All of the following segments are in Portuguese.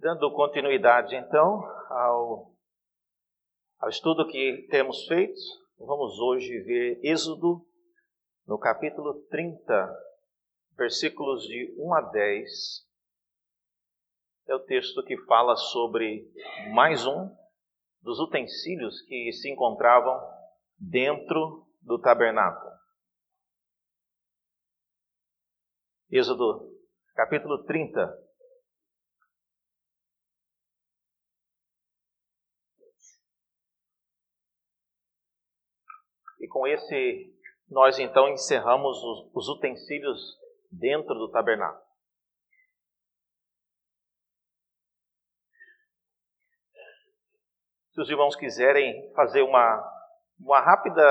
Dando continuidade, então, ao estudo que temos feito, vamos hoje ver Êxodo, no capítulo 30, versículos de 1 a 10. É o texto que fala sobre mais um dos utensílios que se encontravam dentro do tabernáculo. Êxodo, capítulo 30. E com esse, nós então encerramos os utensílios dentro do tabernáculo. Se os irmãos quiserem fazer uma rápida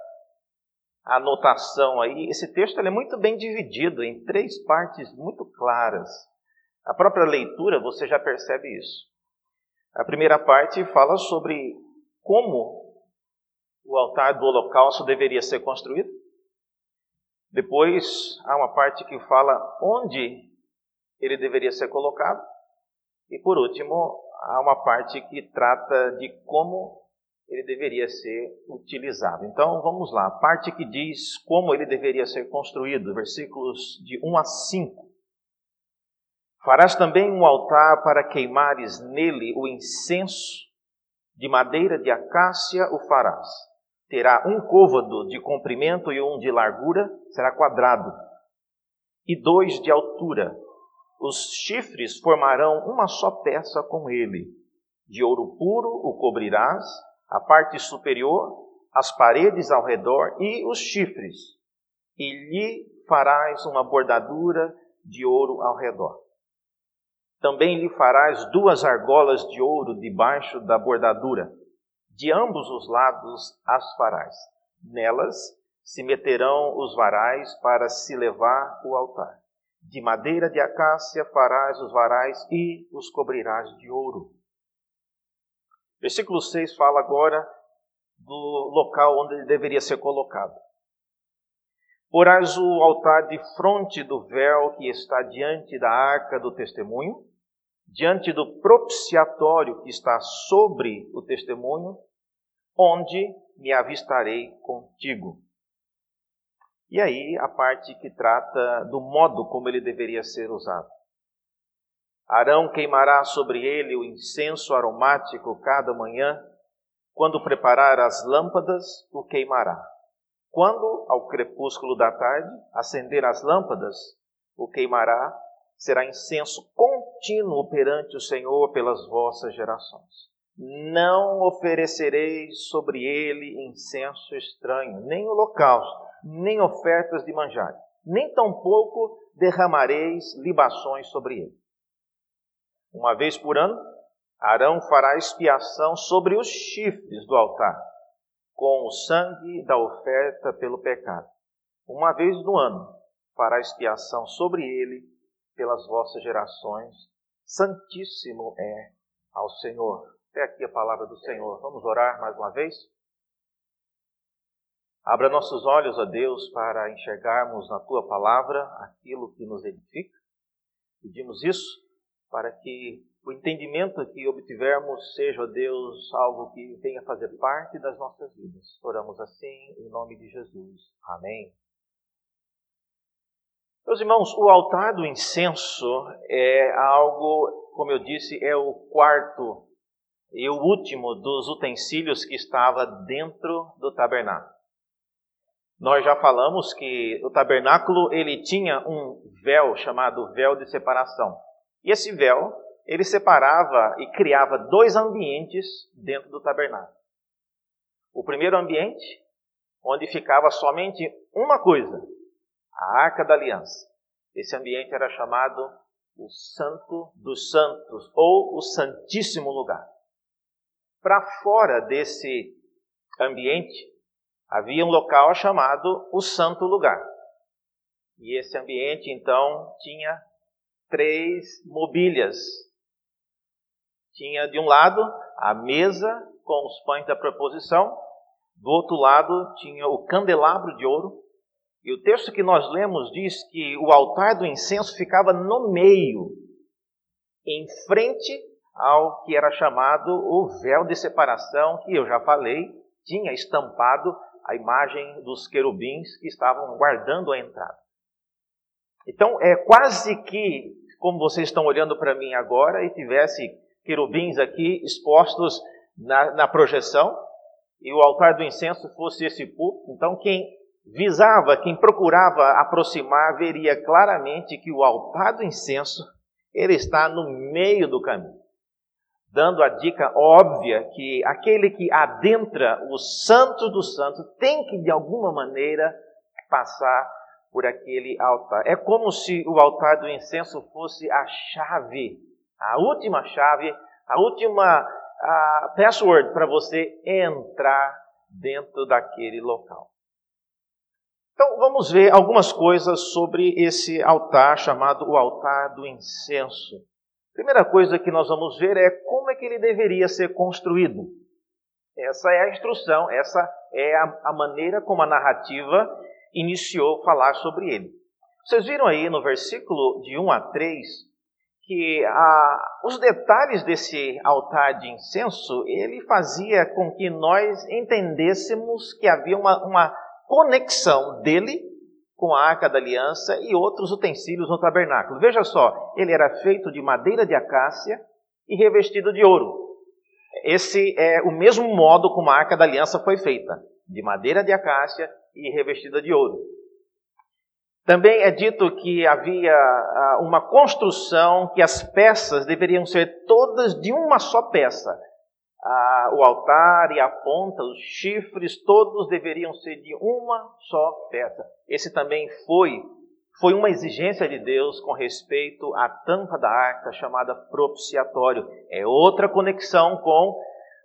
anotação aí, esse texto ele é muito bem dividido em 3 partes muito claras. A própria leitura você já percebe isso. A primeira parte fala sobre como o altar do holocausto deveria ser construído. Depois, há uma parte que fala onde ele deveria ser colocado. E, por último, há uma parte que trata de como ele deveria ser utilizado. Então, vamos lá. A parte que diz como ele deveria ser construído, versículos de 1 a 5. Farás também um altar para queimares nele o incenso, de madeira de acácia o farás. Terá um côvado de comprimento e um de largura, será quadrado, e 2 de altura. Os chifres formarão uma só peça com ele. De ouro puro o cobrirás, a parte superior, as paredes ao redor e os chifres. E lhe farás uma bordadura de ouro ao redor. Também lhe farás 2 argolas de ouro debaixo da bordadura. De ambos os lados as farás. Nelas se meterão os varais para se levar o altar. De madeira de acácia farás os varais e os cobrirás de ouro. Versículo 6 fala agora do local onde ele deveria ser colocado. Porás o altar de fronte do véu que está diante da arca do testemunho, diante do propiciatório que está sobre o testemunho, onde me avistarei contigo. E aí a parte que trata do modo como ele deveria ser usado. Arão queimará sobre ele o incenso aromático cada manhã. Quando preparar as lâmpadas, o queimará. Quando, ao crepúsculo da tarde, acender as lâmpadas, o queimará. Será incenso contínuo perante o Senhor pelas vossas gerações. Não oferecereis sobre ele incenso estranho, nem holocausto, nem ofertas de manjar, nem tampouco derramareis libações sobre ele. Uma vez por ano, Arão fará expiação sobre os chifres do altar, com o sangue da oferta pelo pecado. Uma vez no ano, fará expiação sobre ele pelas vossas gerações. Santíssimo é ao Senhor. Até aqui a palavra do Senhor. Vamos orar mais uma vez? Abra nossos olhos, ó Deus, para enxergarmos na Tua palavra aquilo que nos edifica. Pedimos isso para que o entendimento que obtivermos seja, ó Deus, algo que venha fazer parte das nossas vidas. Oramos assim, em nome de Jesus. Amém. Meus irmãos, o altar do incenso é algo, como eu disse, é o quarto e o último dos utensílios que estava dentro do tabernáculo. Nós já falamos que o tabernáculo ele tinha um véu chamado véu de separação. E esse véu, ele separava e criava 2 ambientes dentro do tabernáculo. O primeiro ambiente, onde ficava somente uma coisa, a Arca da Aliança. Esse ambiente era chamado o Santo dos Santos, ou o Santíssimo Lugar. Para fora desse ambiente, havia um local chamado o Santo Lugar. E esse ambiente, então, tinha 3 mobílias. Tinha, de um lado, a mesa com os pães da proposição. Do outro lado, tinha o candelabro de ouro. E o texto que nós lemos diz que o altar do incenso ficava no meio. em frente ao que era chamado o véu de separação, que eu já falei, tinha estampado a imagem dos querubins que estavam guardando a entrada. Então, é quase que, como vocês estão olhando para mim agora, e tivesse querubins aqui expostos na projeção, e o altar do incenso fosse esse púlpito. Então, quem visava, quem procurava aproximar, veria claramente que o altar do incenso, ele está no meio do caminho, dando a dica óbvia que aquele que adentra o santo do santo tem que, de alguma maneira, passar por aquele altar. É como se o altar do incenso fosse a chave, a última chave, a última password para você entrar dentro daquele local. Então, vamos ver algumas coisas sobre esse altar chamado o altar do incenso. Primeira coisa que nós vamos ver é como é que ele deveria ser construído. Essa é a instrução, essa é a maneira como a narrativa iniciou a falar sobre ele. Vocês viram aí no versículo de 1 a 3 que os detalhes desse altar de incenso, ele fazia com que nós entendêssemos que havia uma conexão dele com a Arca da Aliança e outros utensílios no tabernáculo. Veja só, ele era feito de madeira de acácia e revestido de ouro. Esse é o mesmo modo como a Arca da Aliança foi feita, de madeira de acácia e revestida de ouro. Também é dito que havia uma construção que as peças deveriam ser todas de uma só peça. O altar e a ponta, os chifres, todos deveriam ser de uma só peça. Esse também foi uma exigência de Deus com respeito à tampa da arca, chamada propiciatório. É outra conexão com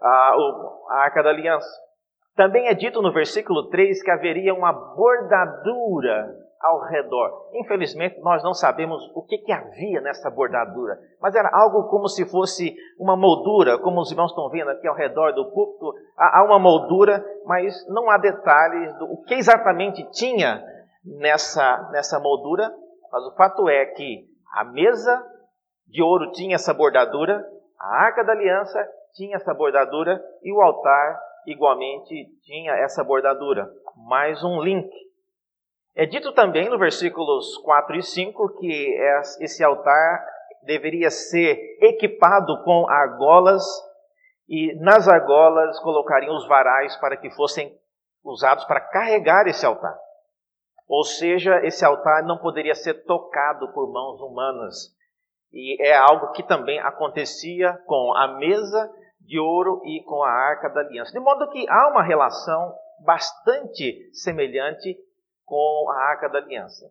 a Arca da Aliança. Também é dito no versículo 3 que haveria uma bordadura ao redor. Infelizmente, nós não sabemos o que havia nessa bordadura, mas era algo como se fosse uma moldura, como os irmãos estão vendo aqui ao redor do púlpito. Há uma moldura, mas não há detalhes do que exatamente tinha nessa moldura, mas o fato é que a mesa de ouro tinha essa bordadura, a Arca da Aliança tinha essa bordadura e o altar igualmente tinha essa bordadura. Mais um link. É dito também no versículos 4 e 5 que esse altar deveria ser equipado com argolas e nas argolas colocariam os varais para que fossem usados para carregar esse altar. Ou seja, esse altar não poderia ser tocado por mãos humanas. E é algo que também acontecia com a mesa de ouro e com a Arca da Aliança. De modo que há uma relação bastante semelhante com a Arca da Aliança.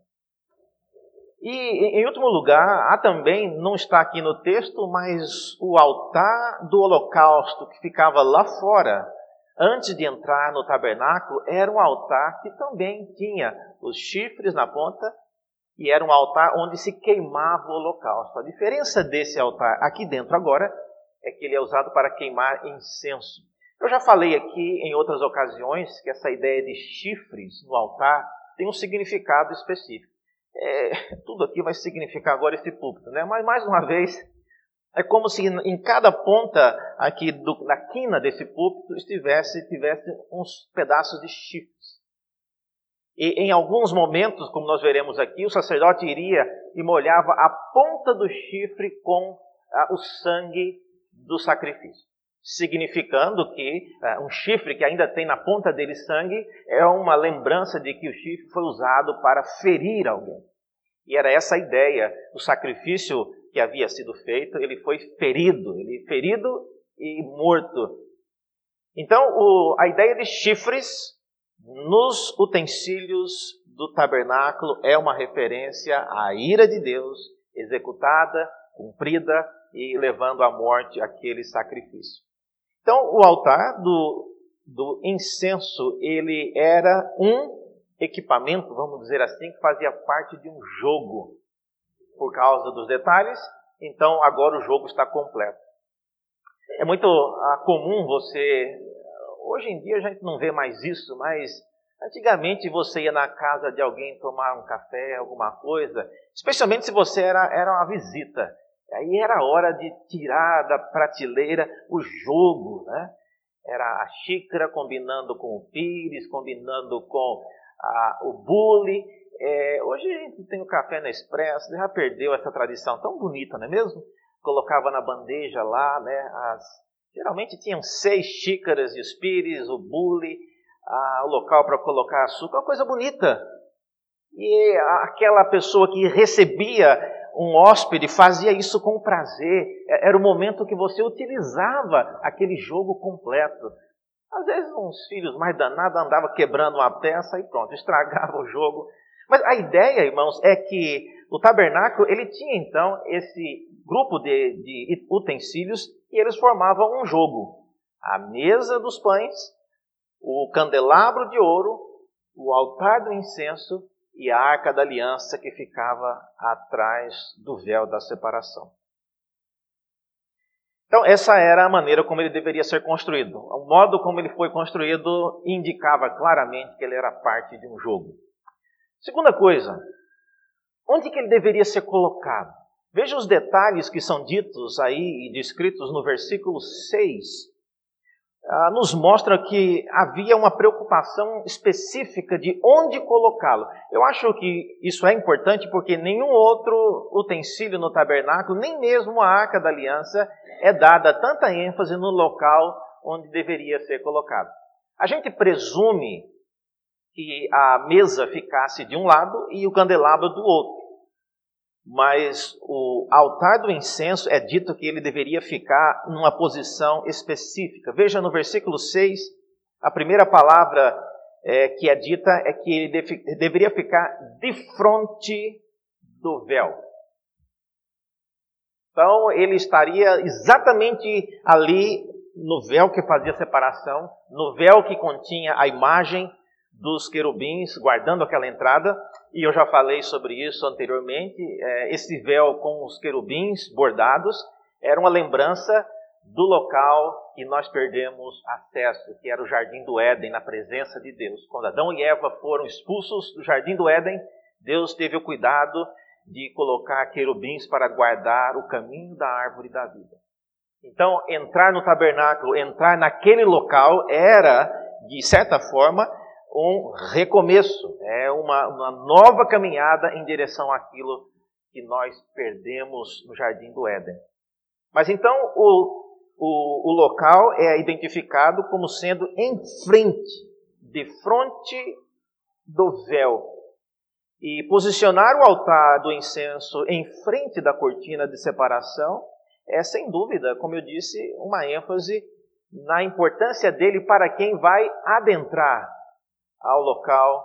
E, em último lugar, há também, não está aqui no texto, mas o altar do holocausto que ficava lá fora, antes de entrar no tabernáculo, era um altar que também tinha os chifres na ponta e era um altar onde se queimava o holocausto. A diferença desse altar aqui dentro agora é que ele é usado para queimar incenso. Eu já falei aqui em outras ocasiões que essa ideia de chifres no altar tem um significado específico. Tudo aqui vai significar agora esse púlpito, né? Mas, mais uma vez, é como se em cada ponta aqui na quina desse púlpito tivesse uns pedaços de chifres. E em alguns momentos, como nós veremos aqui, o sacerdote iria e molhava a ponta do chifre com o sangue do sacrifício. Significando que um chifre que ainda tem na ponta dele sangue é uma lembrança de que o chifre foi usado para ferir alguém. E era essa a ideia. O sacrifício que havia sido feito, ele foi ferido e morto. Então, a ideia de chifres nos utensílios do tabernáculo é uma referência à ira de Deus executada, cumprida e levando à morte aquele sacrifício. Então, o altar do incenso, ele era um equipamento, vamos dizer assim, que fazia parte de um jogo. Por causa dos detalhes, então agora o jogo está completo. É muito comum hoje em dia a gente não vê mais isso, mas antigamente você ia na casa de alguém tomar um café, alguma coisa, especialmente se você era uma visita. Aí era a hora de tirar da prateleira o jogo, né? Era a xícara combinando com o pires, combinando com o bule. Hoje a gente tem o café Nespresso, já perdeu essa tradição tão bonita, não é mesmo? Colocava na bandeja lá, né? Geralmente tinham 6 xícaras de pires, o bule, o local para colocar açúcar, uma coisa bonita. E aquela pessoa que recebia um hóspede fazia isso com prazer. Era o momento que você utilizava aquele jogo completo. Às vezes uns filhos mais danados andavam quebrando uma peça e pronto, estragava o jogo. Mas a ideia, irmãos, é que o tabernáculo, ele tinha então esse grupo de utensílios e eles formavam um jogo. A mesa dos pães, o candelabro de ouro, o altar do incenso e a arca da aliança que ficava atrás do véu da separação. Então, essa era a maneira como ele deveria ser construído. O modo como ele foi construído indicava claramente que ele era parte de um jogo. Segunda coisa, onde que ele deveria ser colocado? Veja os detalhes que são ditos aí e descritos no versículo 6. Nos mostra que havia uma preocupação específica de onde colocá-lo. Eu acho que isso é importante porque nenhum outro utensílio no tabernáculo, nem mesmo a arca da aliança, é dada tanta ênfase no local onde deveria ser colocado. A gente presume que a mesa ficasse de um lado e o candelabro do outro. Mas o altar do incenso é dito que ele deveria ficar numa posição específica. Veja no versículo 6, a primeira palavra que é dita é que ele deveria ficar de frente do véu. Então ele estaria exatamente ali no véu que fazia separação, no véu que continha a imagem dos querubins guardando aquela entrada. E eu já falei sobre isso anteriormente. Esse véu com os querubins bordados era uma lembrança do local que nós perdemos acesso, que era o Jardim do Éden, na presença de Deus. Quando Adão e Eva foram expulsos do Jardim do Éden, Deus teve o cuidado de colocar querubins para guardar o caminho da árvore da vida. Então, entrar no tabernáculo, entrar naquele local, era, de certa forma, um recomeço, uma nova caminhada em direção àquilo que nós perdemos no Jardim do Éden. Mas então o local é identificado como sendo em frente, de frente do véu. E posicionar o altar do incenso em frente da cortina de separação é, sem dúvida, como eu disse, uma ênfase na importância dele para quem vai adentrar ao local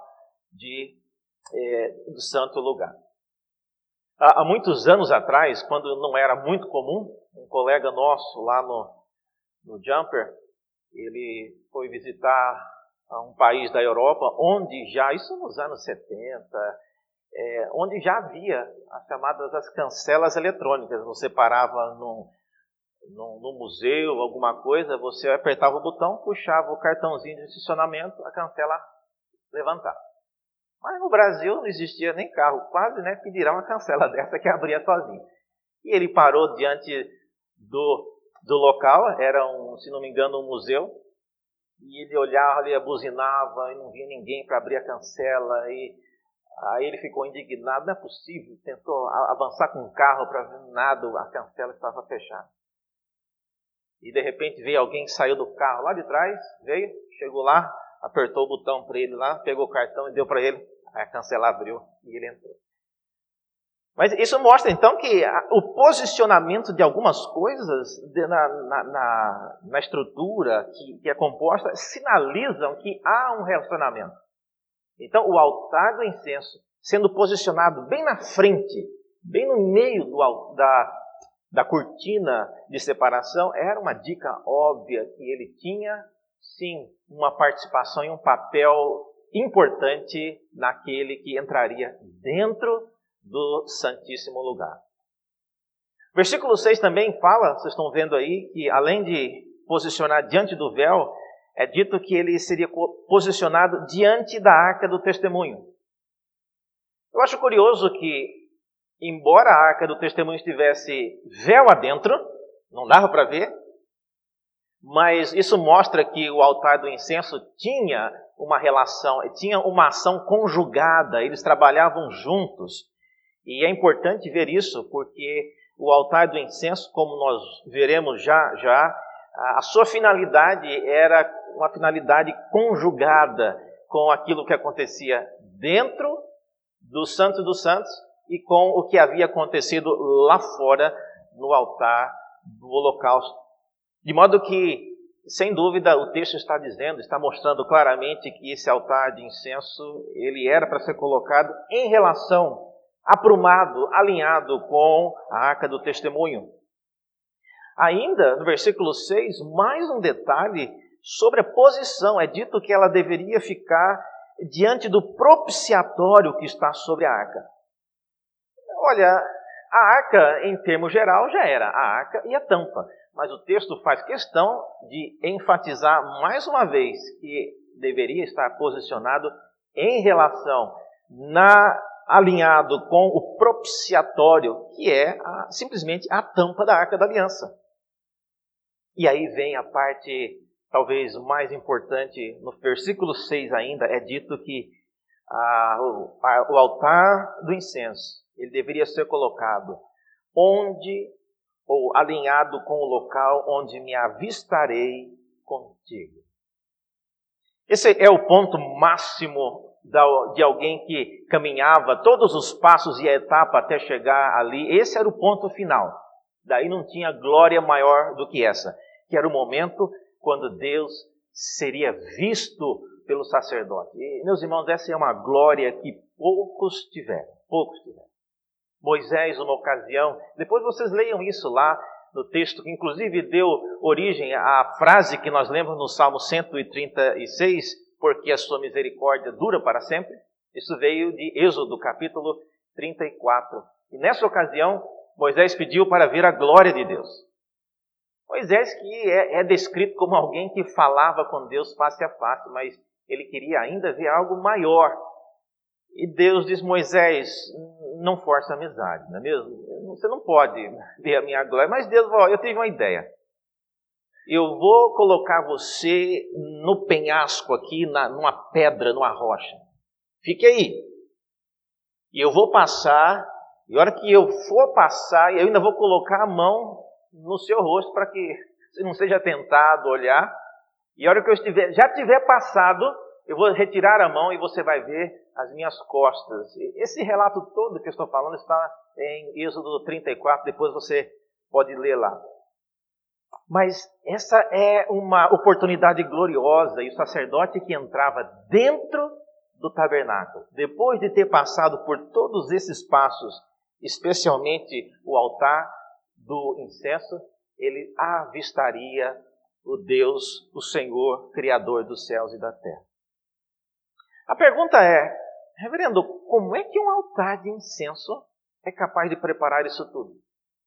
do santo lugar. Há muitos anos atrás, quando não era muito comum, um colega nosso lá no Jumper, ele foi visitar um país da Europa, onde já, isso nos anos 70, onde já havia as chamadas as cancelas eletrônicas. Você parava no museu, alguma coisa, você apertava o botão, puxava o cartãozinho de estacionamento, a cancela levantar. Mas no Brasil não existia nem carro, quase, né? Que dirá uma cancela dessa que abria sozinho. E ele parou diante do local, era se não me engano, um museu, e ele olhava, ele buzinava, e não via ninguém para abrir a cancela, e aí ele ficou indignado, não é possível, tentou avançar com o carro para ver nada, a cancela estava fechada. E de repente veio alguém que saiu do carro lá de trás, chegou lá, apertou o botão para ele lá, pegou o cartão e deu para ele, aí a cancela abriu e ele entrou. Mas isso mostra então que o posicionamento de algumas coisas na estrutura que é composta sinalizam que há um relacionamento. Então o altar do incenso sendo posicionado bem na frente, bem no meio da cortina de separação, era uma dica óbvia que ele tinha, sim, uma participação e um papel importante naquele que entraria dentro do Santíssimo Lugar. Versículo 6 também fala, vocês estão vendo aí, que além de posicionar diante do véu, é dito que ele seria posicionado diante da Arca do Testemunho. Eu acho curioso que embora a arca do testemunho estivesse véu adentro, não dava para ver, mas isso mostra que o altar do incenso tinha uma relação, tinha uma ação conjugada, eles trabalhavam juntos. E é importante ver isso, porque o altar do incenso, como nós veremos já, a sua finalidade era uma finalidade conjugada com aquilo que acontecia dentro do Santo dos Santos e com o que havia acontecido lá fora no altar do holocausto. De modo que, sem dúvida, o texto está mostrando claramente que esse altar de incenso, ele era para ser colocado em relação, aprumado, alinhado com a arca do testemunho. Ainda, no versículo 6, mais um detalhe sobre a posição. É dito que ela deveria ficar diante do propiciatório que está sobre a arca. Olha, a arca, em termo geral, já era a arca e a tampa. Mas o texto faz questão de enfatizar mais uma vez que deveria estar posicionado em relação, alinhado com o propiciatório, que é simplesmente a tampa da Arca da Aliança. E aí vem a parte talvez mais importante, no versículo 6 ainda, é dito que o altar do incenso, ele deveria ser colocado ou alinhado com o local onde me avistarei contigo. Esse é o ponto máximo de alguém que caminhava todos os passos e a etapa até chegar ali. Esse era o ponto final. Daí não tinha glória maior do que essa, que era o momento quando Deus seria visto pelo sacerdote. E, meus irmãos, essa é uma glória que poucos tiveram. Moisés, uma ocasião, depois vocês leiam isso lá no texto, que inclusive deu origem à frase que nós lemos no Salmo 136, porque a sua misericórdia dura para sempre. Isso veio de Êxodo, capítulo 34. E nessa ocasião, Moisés pediu para ver a glória de Deus. Moisés que é descrito como alguém que falava com Deus face a face, mas ele queria ainda ver algo maior. E Deus diz: Moisés, não força a amizade, não é mesmo? Você não pode ver a minha glória. Mas Deus falou: eu tive uma ideia. Eu vou colocar você no penhasco aqui, numa pedra, numa rocha. Fique aí. E eu vou passar, e a hora que eu for passar, eu ainda vou colocar a mão no seu rosto para que você não seja tentado a olhar. E a hora que eu já tiver passado, eu vou retirar a mão e você vai ver as minhas costas. Esse relato todo que eu estou falando está em Êxodo 34, depois você pode ler lá. Mas essa é uma oportunidade gloriosa, e o sacerdote que entrava dentro do tabernáculo, depois de ter passado por todos esses passos, especialmente o altar do incenso, ele avistaria o Deus, o Senhor, Criador dos céus e da terra. A pergunta é: reverendo, como é que um altar de incenso é capaz de preparar isso tudo?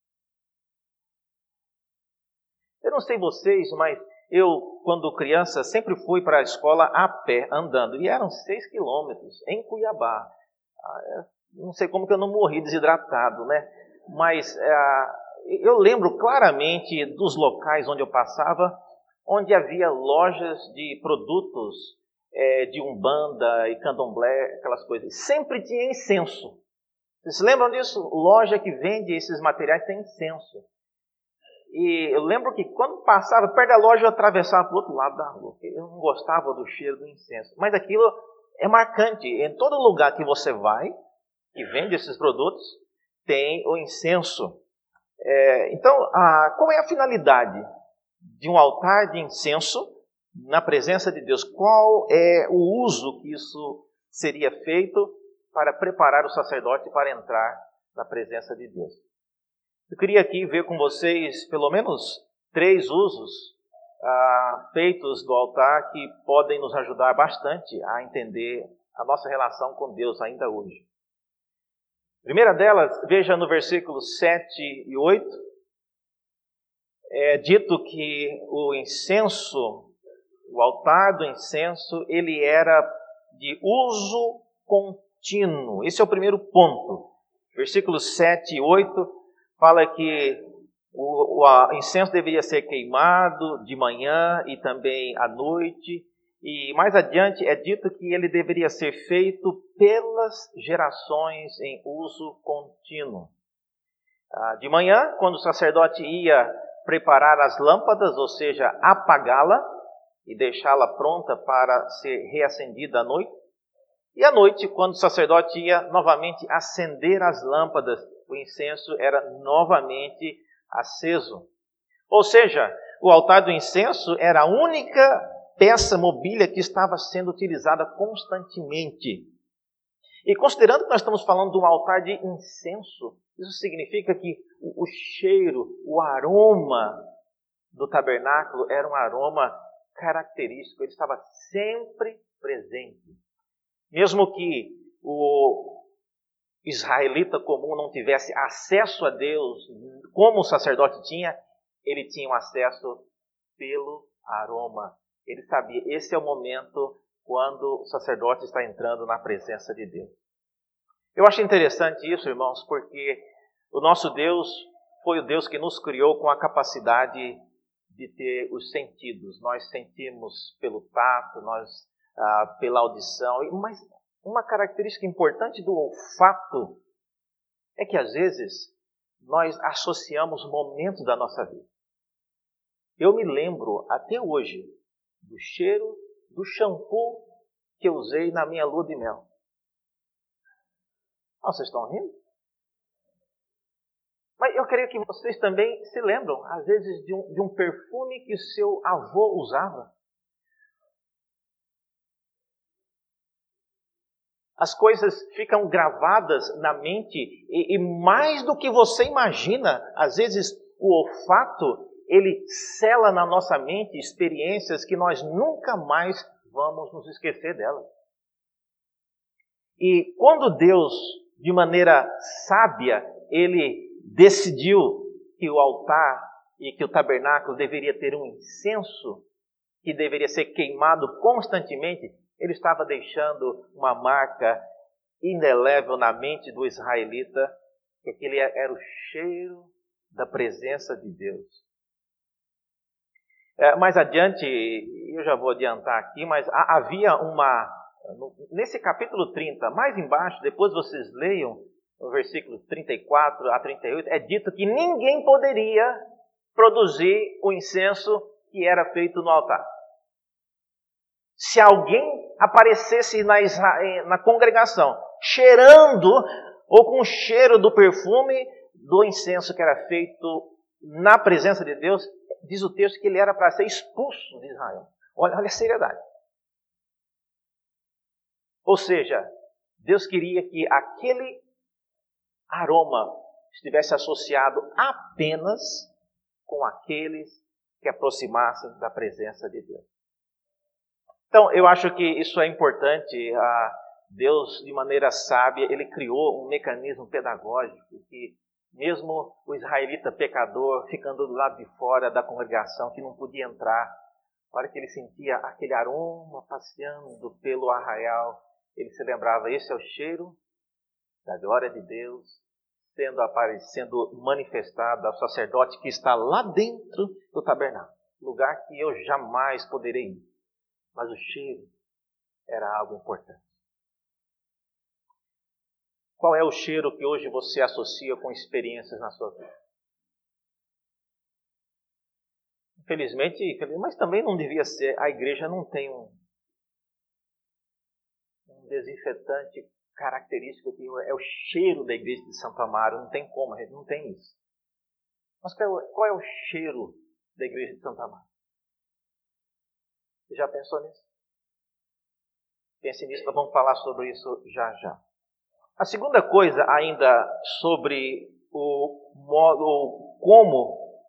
Eu não sei vocês, mas eu, quando criança, sempre fui para a escola a pé, andando. E eram 6 quilômetros, em Cuiabá. Não sei como que eu não morri desidratado, né? Mas eu lembro claramente dos locais onde eu passava, onde havia lojas de produtos de umbanda e candomblé, aquelas coisas. Sempre tinha incenso. Vocês se lembram disso? Loja que vende esses materiais tem incenso. E eu lembro que quando passava perto da loja, eu atravessava para o outro lado da rua. Eu não gostava do cheiro do incenso. Mas aquilo é marcante. Em todo lugar que você vai, que vende esses produtos, tem o incenso. Então, qual é a finalidade de um altar de incenso na presença de Deus? Qual é o uso que isso seria feito para preparar o sacerdote para entrar na presença de Deus? Eu queria aqui ver com vocês pelo menos 3 usos feitos do altar que podem nos ajudar bastante a entender a nossa relação com Deus ainda hoje. A primeira delas, veja no versículos 7 e 8, é dito que o incenso, o altar do incenso, ele era de uso contínuo. Esse é o primeiro ponto. Versículos 7 e 8 fala que o incenso deveria ser queimado de manhã e também à noite. E mais adiante é dito que ele deveria ser feito pelas gerações em uso contínuo. De manhã, quando o sacerdote ia preparar as lâmpadas, ou seja, apagá-la e deixá-la pronta para ser reacendida à noite. E à noite, quando o sacerdote ia novamente acender as lâmpadas, o incenso era novamente aceso. Ou seja, o altar do incenso era a única peça mobília que estava sendo utilizada constantemente. E considerando que nós estamos falando de um altar de incenso, isso significa que o cheiro, o aroma do tabernáculo era um aroma característico, ele estava sempre presente. Mesmo que o israelita comum não tivesse acesso a Deus, como o sacerdote tinha, ele tinha um acesso pelo aroma. Ele sabia, esse é o momento quando o sacerdote está entrando na presença de Deus. Eu acho interessante isso, irmãos, porque o nosso Deus foi o Deus que nos criou com a capacidade de ter os sentidos. Nós sentimos pelo tato, pela audição, mas uma característica importante do olfato é que às vezes nós associamos momentos da nossa vida. Eu me lembro até hoje do cheiro do shampoo que eu usei na minha lua de mel. Vocês estão rindo? Mas eu creio que vocês também se lembram, às vezes, de um perfume que seu avô usava. As coisas ficam gravadas na mente e mais do que você imagina, às vezes o olfato, ele sela na nossa mente experiências que nós nunca mais vamos nos esquecer delas. E quando Deus, de maneira sábia, ele decidiu que o altar e que o tabernáculo deveria ter um incenso que deveria ser queimado constantemente, ele estava deixando uma marca indelével na mente do israelita, que aquele era o cheiro da presença de Deus. Mais adiante, eu já vou adiantar aqui, mas havia nesse capítulo 30, mais embaixo, depois vocês leiam, no versículo 34 a 38, é dito que ninguém poderia produzir o incenso que era feito no altar. Se alguém aparecesse na congregação cheirando ou com o cheiro do perfume do incenso que era feito na presença de Deus, diz o texto que ele era para ser expulso de Israel. Olha a seriedade. Ou seja, Deus queria que aquele aroma estivesse associado apenas com aqueles que aproximassem da presença de Deus. Então, eu acho que isso é importante. Deus, de maneira sábia, ele criou um mecanismo pedagógico que, mesmo o israelita pecador, ficando do lado de fora da congregação, que não podia entrar, na hora que ele sentia aquele aroma passeando pelo arraial, ele se lembrava, esse é o cheiro da glória de Deus sendo manifestado ao sacerdote que está lá dentro do tabernáculo, lugar que eu jamais poderei ir. Mas o cheiro era algo importante. Qual é o cheiro que hoje você associa com experiências na sua vida? Infelizmente, mas também não devia ser. A igreja não tem um desinfetante característico que é o cheiro da igreja de Santo Amaro. Não tem como, a gente não tem isso. Mas qual é o cheiro da igreja de Santo Amaro? Você já pensou nisso? Pense nisso, nós vamos falar sobre isso já já. A segunda coisa ainda sobre o modo, como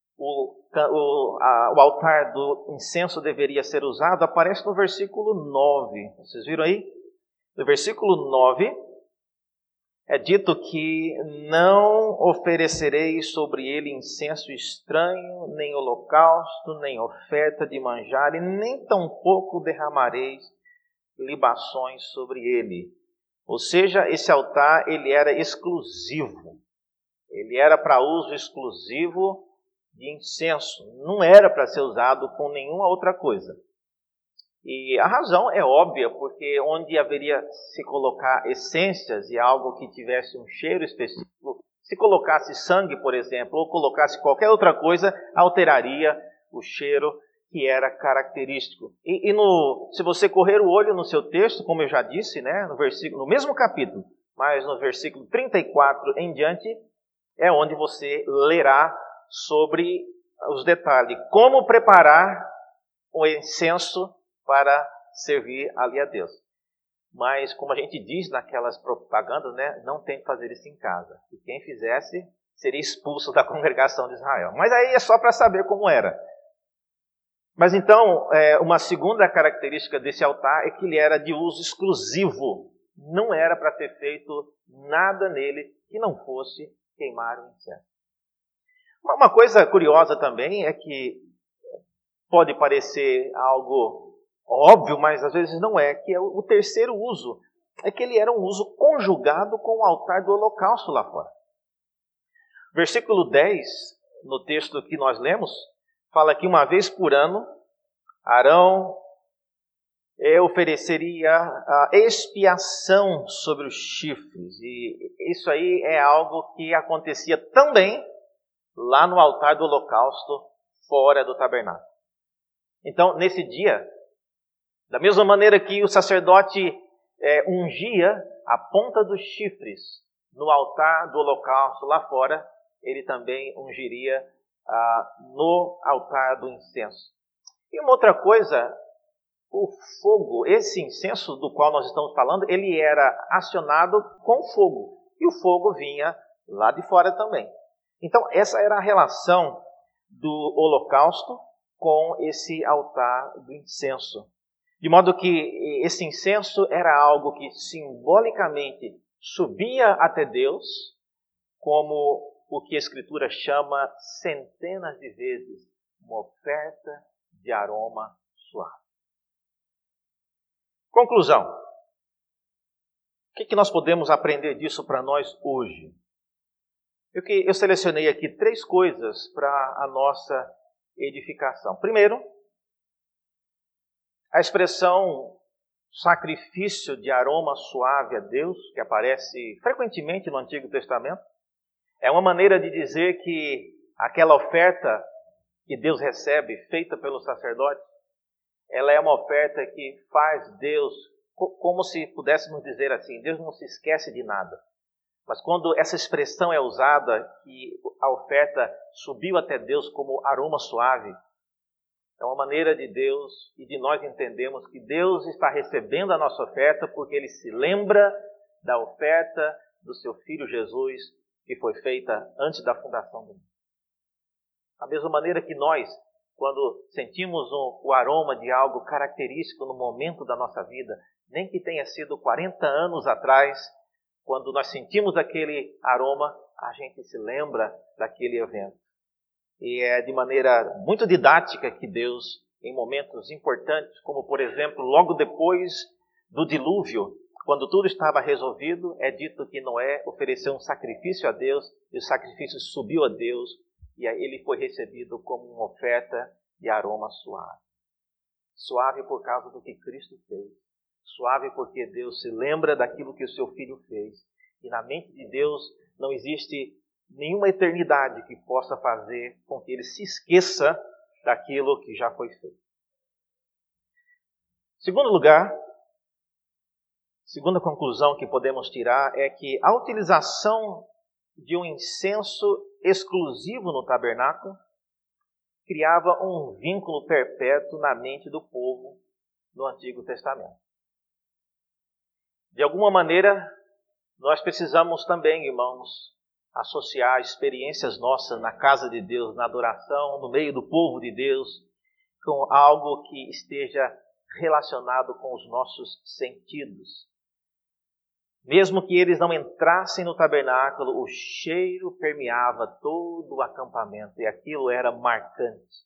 o altar do incenso deveria ser usado, aparece no versículo 9. Vocês viram aí? No versículo 9, é dito que não oferecereis sobre ele incenso estranho, nem holocausto, nem oferta de manjar, e nem tampouco derramareis libações sobre ele. Ou seja, esse altar ele era exclusivo. Ele era para uso exclusivo de incenso. Não era para ser usado com nenhuma outra coisa. E a razão é óbvia, porque onde haveria se colocar essências e algo que tivesse um cheiro específico, se colocasse sangue, por exemplo, ou colocasse qualquer outra coisa, alteraria o cheiro que era característico. Se você correr o olho no seu texto, como eu já disse, né, no mesmo capítulo, mas no versículo 34 em diante, é onde você lerá sobre os detalhes. Como preparar o incenso para servir ali a Deus. Mas, como a gente diz naquelas propagandas, né, não tem que fazer isso em casa. E quem fizesse seria expulso da congregação de Israel. Mas aí é só para saber como era. Mas então, uma segunda característica desse altar é que ele era de uso exclusivo. Não era para ter feito nada nele que não fosse queimar o incenso. Uma coisa curiosa também é que pode parecer algo óbvio, mas às vezes não é, que é o terceiro uso. É que ele era um uso conjugado com o altar do holocausto lá fora. Versículo 10, no texto que nós lemos, fala que uma vez por ano, Arão ofereceria a expiação sobre os chifres. E isso aí é algo que acontecia também lá no altar do holocausto, fora do tabernáculo. Então, nesse dia, da mesma maneira que o sacerdote ungia a ponta dos chifres no altar do holocausto lá fora, ele também ungiria no altar do incenso. E uma outra coisa, o fogo, esse incenso do qual nós estamos falando, ele era acionado com fogo. E o fogo vinha lá de fora também. Então, essa era a relação do holocausto com esse altar do incenso. De modo que esse incenso era algo que simbolicamente subia até Deus, como o que a Escritura chama centenas de vezes uma oferta de aroma suave. Conclusão. O que nós podemos aprender disso para nós hoje? Eu selecionei aqui 3 coisas para a nossa edificação. Primeiro, a expressão sacrifício de aroma suave a Deus, que aparece frequentemente no Antigo Testamento, é uma maneira de dizer que aquela oferta que Deus recebe, feita pelo sacerdote, ela é uma oferta que faz Deus, como se pudéssemos dizer assim, Deus não se esquece de nada. Mas quando essa expressão é usada, que a oferta subiu até Deus como aroma suave, é uma maneira de Deus e de nós entendermos que Deus está recebendo a nossa oferta porque Ele se lembra da oferta do seu Filho Jesus, que foi feita antes da fundação do mundo. Da mesma maneira que nós, quando sentimos o aroma de algo característico no momento da nossa vida, nem que tenha sido 40 anos atrás, quando nós sentimos aquele aroma, a gente se lembra daquele evento. E é de maneira muito didática que Deus, em momentos importantes, como por exemplo, logo depois do dilúvio, quando tudo estava resolvido, é dito que Noé ofereceu um sacrifício a Deus, e o sacrifício subiu a Deus, e ele foi recebido como uma oferta de aroma suave. Suave por causa do que Cristo fez. Suave porque Deus se lembra daquilo que o seu Filho fez. E na mente de Deus não existe nenhuma eternidade que possa fazer com que Ele se esqueça daquilo que já foi feito. Segundo lugar, segunda conclusão que podemos tirar é que a utilização de um incenso exclusivo no tabernáculo criava um vínculo perpétuo na mente do povo no Antigo Testamento. De alguma maneira, nós precisamos também, irmãos, associar experiências nossas na casa de Deus, na adoração, no meio do povo de Deus, com algo que esteja relacionado com os nossos sentidos. Mesmo que eles não entrassem no tabernáculo, o cheiro permeava todo o acampamento e aquilo era marcante.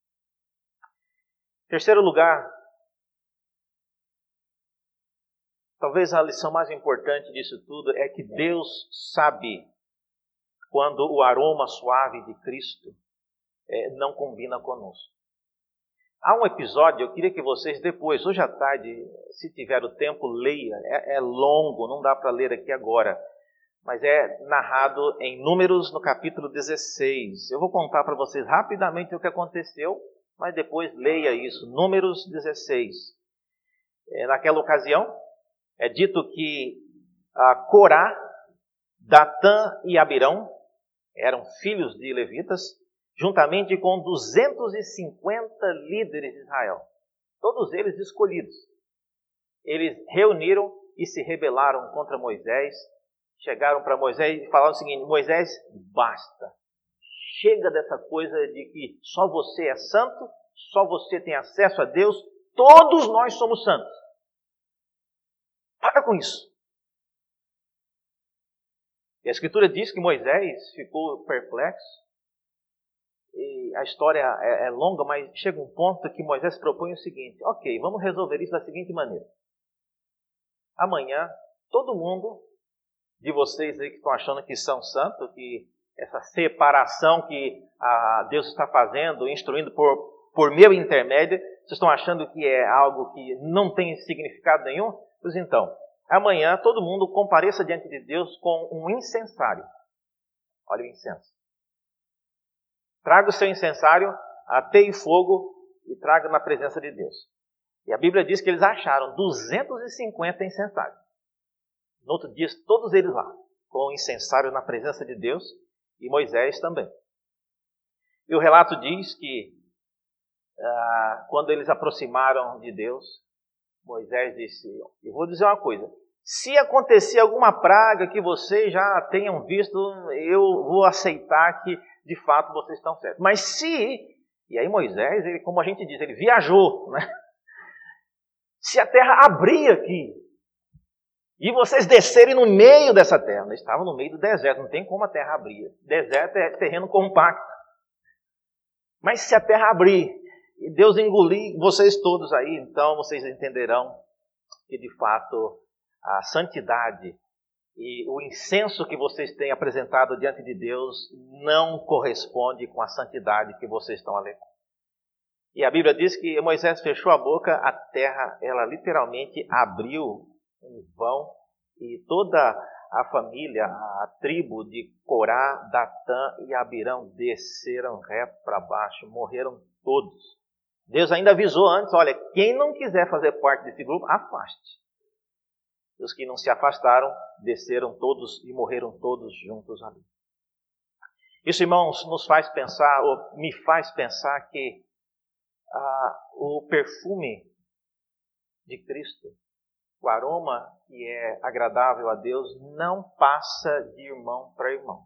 Terceiro lugar, Talvez a lição mais importante disso tudo é que Deus sabe quando o aroma suave de Cristo não combina conosco. Há um episódio, eu queria que vocês depois, hoje à tarde, se tiver o tempo, leia. É longo, não dá para ler aqui agora. Mas é narrado em Números, no capítulo 16. Eu vou contar para vocês rapidamente o que aconteceu, mas depois leia isso. Números 16. Naquela ocasião, é dito que Corá, Datã e Abirão eram filhos de levitas, juntamente com 250 líderes de Israel, todos eles escolhidos. Eles reuniram e se rebelaram contra Moisés, chegaram para Moisés e falaram o seguinte: Moisés, basta, chega dessa coisa de que só você é santo, só você tem acesso a Deus, todos nós somos santos. Para com isso. E a Escritura diz que Moisés ficou perplexo. E a história é longa, mas chega um ponto que Moisés propõe o seguinte: ok, vamos resolver isso da seguinte maneira. Amanhã, todo mundo de vocês aí que estão achando que são santos, que essa separação que Deus está fazendo, instruindo por meu intermédio, vocês estão achando que é algo que não tem significado nenhum? Pois então, amanhã todo mundo compareça diante de Deus com um incensário. Olha o incenso. Traga o seu incensário, ateie fogo e traga na presença de Deus. E a Bíblia diz que eles acharam 250 incensários. No outro dia, todos eles lá, com o incensário na presença de Deus, e Moisés também. E o relato diz que, quando eles aproximaram de Deus, Moisés disse: eu vou dizer uma coisa, se acontecer alguma praga que vocês já tenham visto, eu vou aceitar que de fato vocês estão certos. Mas se, e aí Moisés, ele, como a gente diz, ele viajou, né? Se a terra abrir aqui, e vocês descerem no meio dessa terra, eles estavam no meio do deserto, não tem como a terra abrir. Deserto é terreno compacto. Mas se a terra abrir, e Deus engolir vocês todos aí, então vocês entenderão que de fato a santidade e o incenso que vocês têm apresentado diante de Deus não corresponde com a santidade que vocês estão alegando. E a Bíblia diz que Moisés fechou a boca, a terra, ela literalmente abriu um vão, e toda a família, a tribo de Corá, Datã e Abirão desceram reto para baixo, morreram todos. Deus ainda avisou antes: olha, quem não quiser fazer parte desse grupo, afaste. Os que não se afastaram, desceram todos e morreram todos juntos ali. Isso, irmãos, nos faz pensar, ou me faz pensar que o perfume de Cristo, o aroma que é agradável a Deus, não passa de irmão para irmão.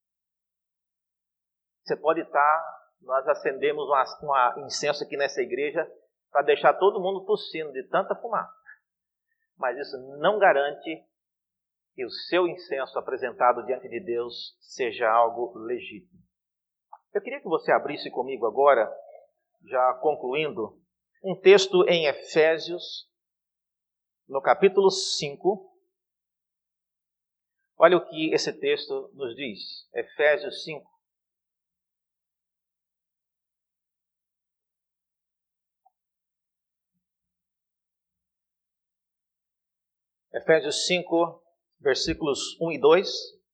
Você pode estar, nós acendemos um incenso aqui nessa igreja para deixar todo mundo tossindo de tanta fumaça. Mas isso não garante que o seu incenso apresentado diante de Deus seja algo legítimo. Eu queria que você abrisse comigo agora, já concluindo, um texto em Efésios, no capítulo 5. Olha o que esse texto nos diz. Efésios 5. Efésios 5, versículos 1 e 2.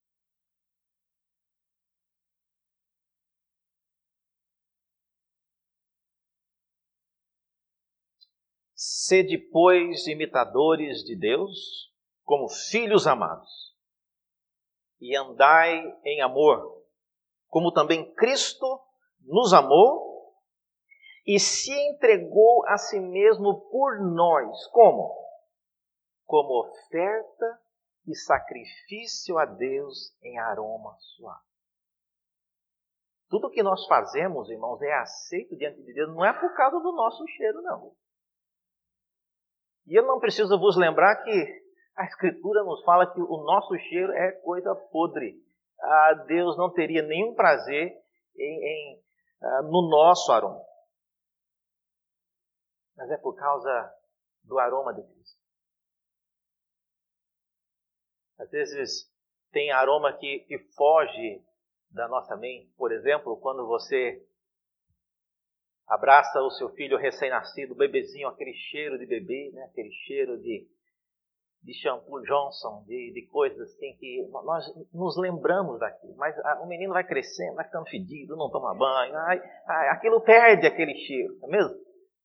Sede, pois, imitadores de Deus, como filhos amados, e andai em amor, como também Cristo nos amou e se entregou a si mesmo por nós. Como? Como oferta e sacrifício a Deus em aroma suave. Tudo que nós fazemos, irmãos, é aceito diante de Deus, não é por causa do nosso cheiro, não. E eu não preciso vos lembrar que a Escritura nos fala que o nosso cheiro é coisa podre. Deus não teria nenhum prazer no nosso aroma. Mas é por causa do aroma de Cristo. Às vezes tem aroma que foge da nossa mente. Por exemplo, quando você abraça o seu filho recém-nascido, o bebezinho, aquele cheiro de bebê, né? Aquele cheiro de shampoo Johnson, de coisas assim que nós nos lembramos daquilo. Mas o menino vai crescendo, vai ficando fedido, não toma banho, aquilo perde aquele cheiro, não é mesmo?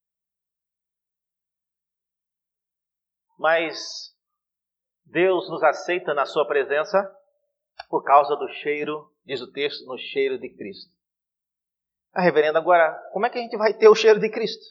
Mas Deus nos aceita na sua presença por causa do cheiro, diz o texto, no cheiro de Cristo. Reverendo, agora, como é que a gente vai ter o cheiro de Cristo?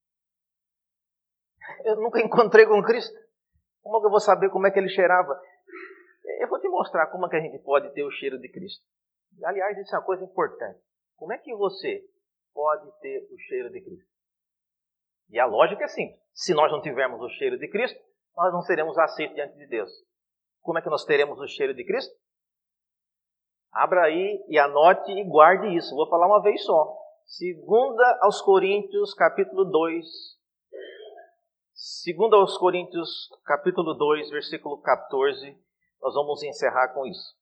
Eu nunca encontrei com Cristo. Como é que eu vou saber como é que ele cheirava? Eu vou te mostrar como é que a gente pode ter o cheiro de Cristo. Aliás, isso é uma coisa importante. Como é que você pode ter o cheiro de Cristo? E a lógica é simples. Se nós não tivermos o cheiro de Cristo, nós não seremos aceitos diante de Deus. Como é que nós teremos o cheiro de Cristo? Abra aí e anote e guarde isso. Vou falar uma vez só. 2 Coríntios, capítulo 2. 2 Coríntios, capítulo 2, versículo 14. Nós vamos encerrar com isso.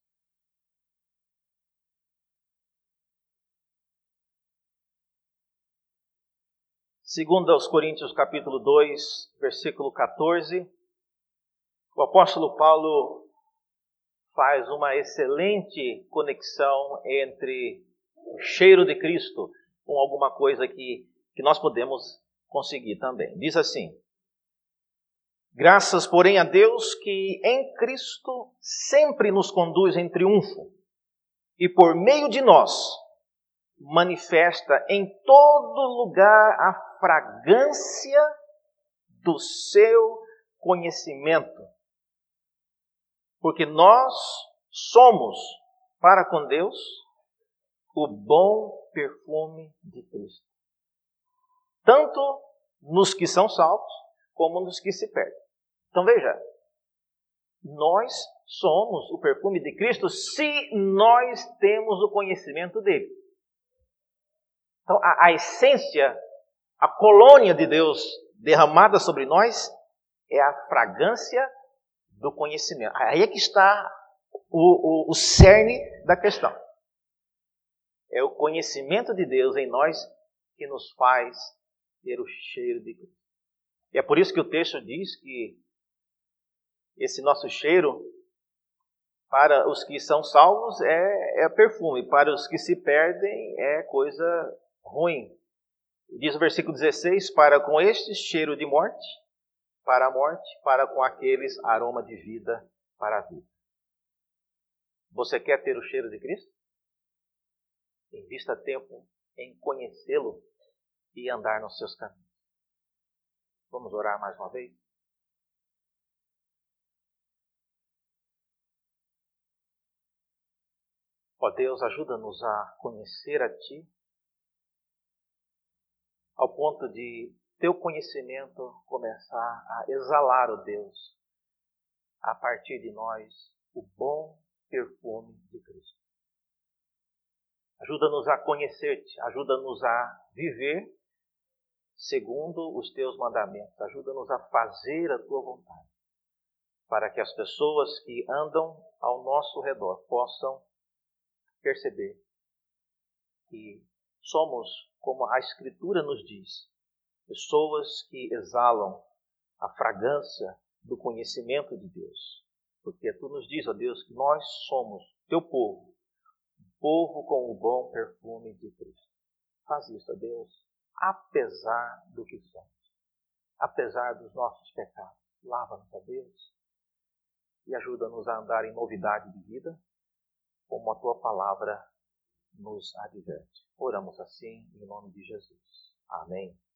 2 Coríntios, capítulo 2, versículo 14. O apóstolo Paulo faz uma excelente conexão entre o cheiro de Cristo com alguma coisa que nós podemos conseguir também. Diz assim: graças, porém, a Deus que em Cristo sempre nos conduz em triunfo e por meio de nós manifesta em todo lugar a fragrância do seu conhecimento. Porque nós somos, para com Deus, o bom perfume de Cristo. Tanto nos que são salvos, como nos que se perdem. Então veja, nós somos o perfume de Cristo se nós temos o conhecimento dele. Então a essência, a colônia de Deus derramada sobre nós é a fragrância do conhecimento. Aí é que está o cerne da questão. É o conhecimento de Deus em nós que nos faz ter o cheiro de Cristo. E é por isso que o texto diz que esse nosso cheiro, para os que são salvos, é perfume. Para os que se perdem, é coisa ruim. Diz o versículo 16, para com este cheiro de morte, para a morte, para com aqueles aroma de vida para a vida. Você quer ter o cheiro de Cristo? Invista tempo em conhecê-lo e andar nos seus caminhos. Vamos orar mais uma vez? Ó Deus, ajuda-nos a conhecer a Ti, ao ponto de Teu conhecimento começar a exalar, ó Deus, a partir de nós, o bom perfume de Cristo. Ajuda-nos a conhecer-te, ajuda-nos a viver segundo os Teus mandamentos, ajuda-nos a fazer a Tua vontade, para que as pessoas que andam ao nosso redor possam perceber que somos, como a Escritura nos diz, pessoas que exalam a fragrância do conhecimento de Deus. Porque Tu nos diz, ó Deus, que nós somos Teu povo, um povo com o bom perfume de Cristo. Faz isso, ó Deus, apesar do que somos, apesar dos nossos pecados. Lava-nos, ó Deus, e ajuda-nos a andar em novidade de vida, como a Tua palavra nos adverte. Oramos assim, em nome de Jesus. Amém.